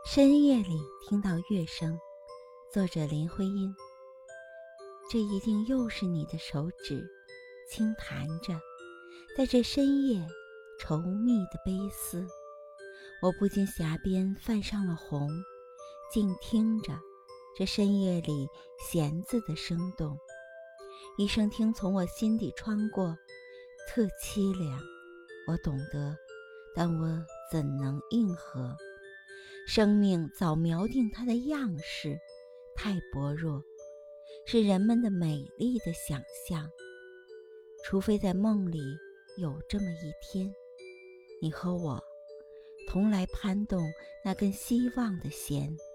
深夜里听到乐声，作者林徽因。这一定又是你的手指轻弹着，在这深夜稠密的悲思。我不禁匣边泛上了红，静听着这深夜里弦子的声动，一声听从我心底穿过，特凄凉。我懂得，但我怎能应和？生命早描定它的样式，太薄弱，是人们的美丽的想象。除非在梦里有这么一天，你和我同来攀动那根希望的弦。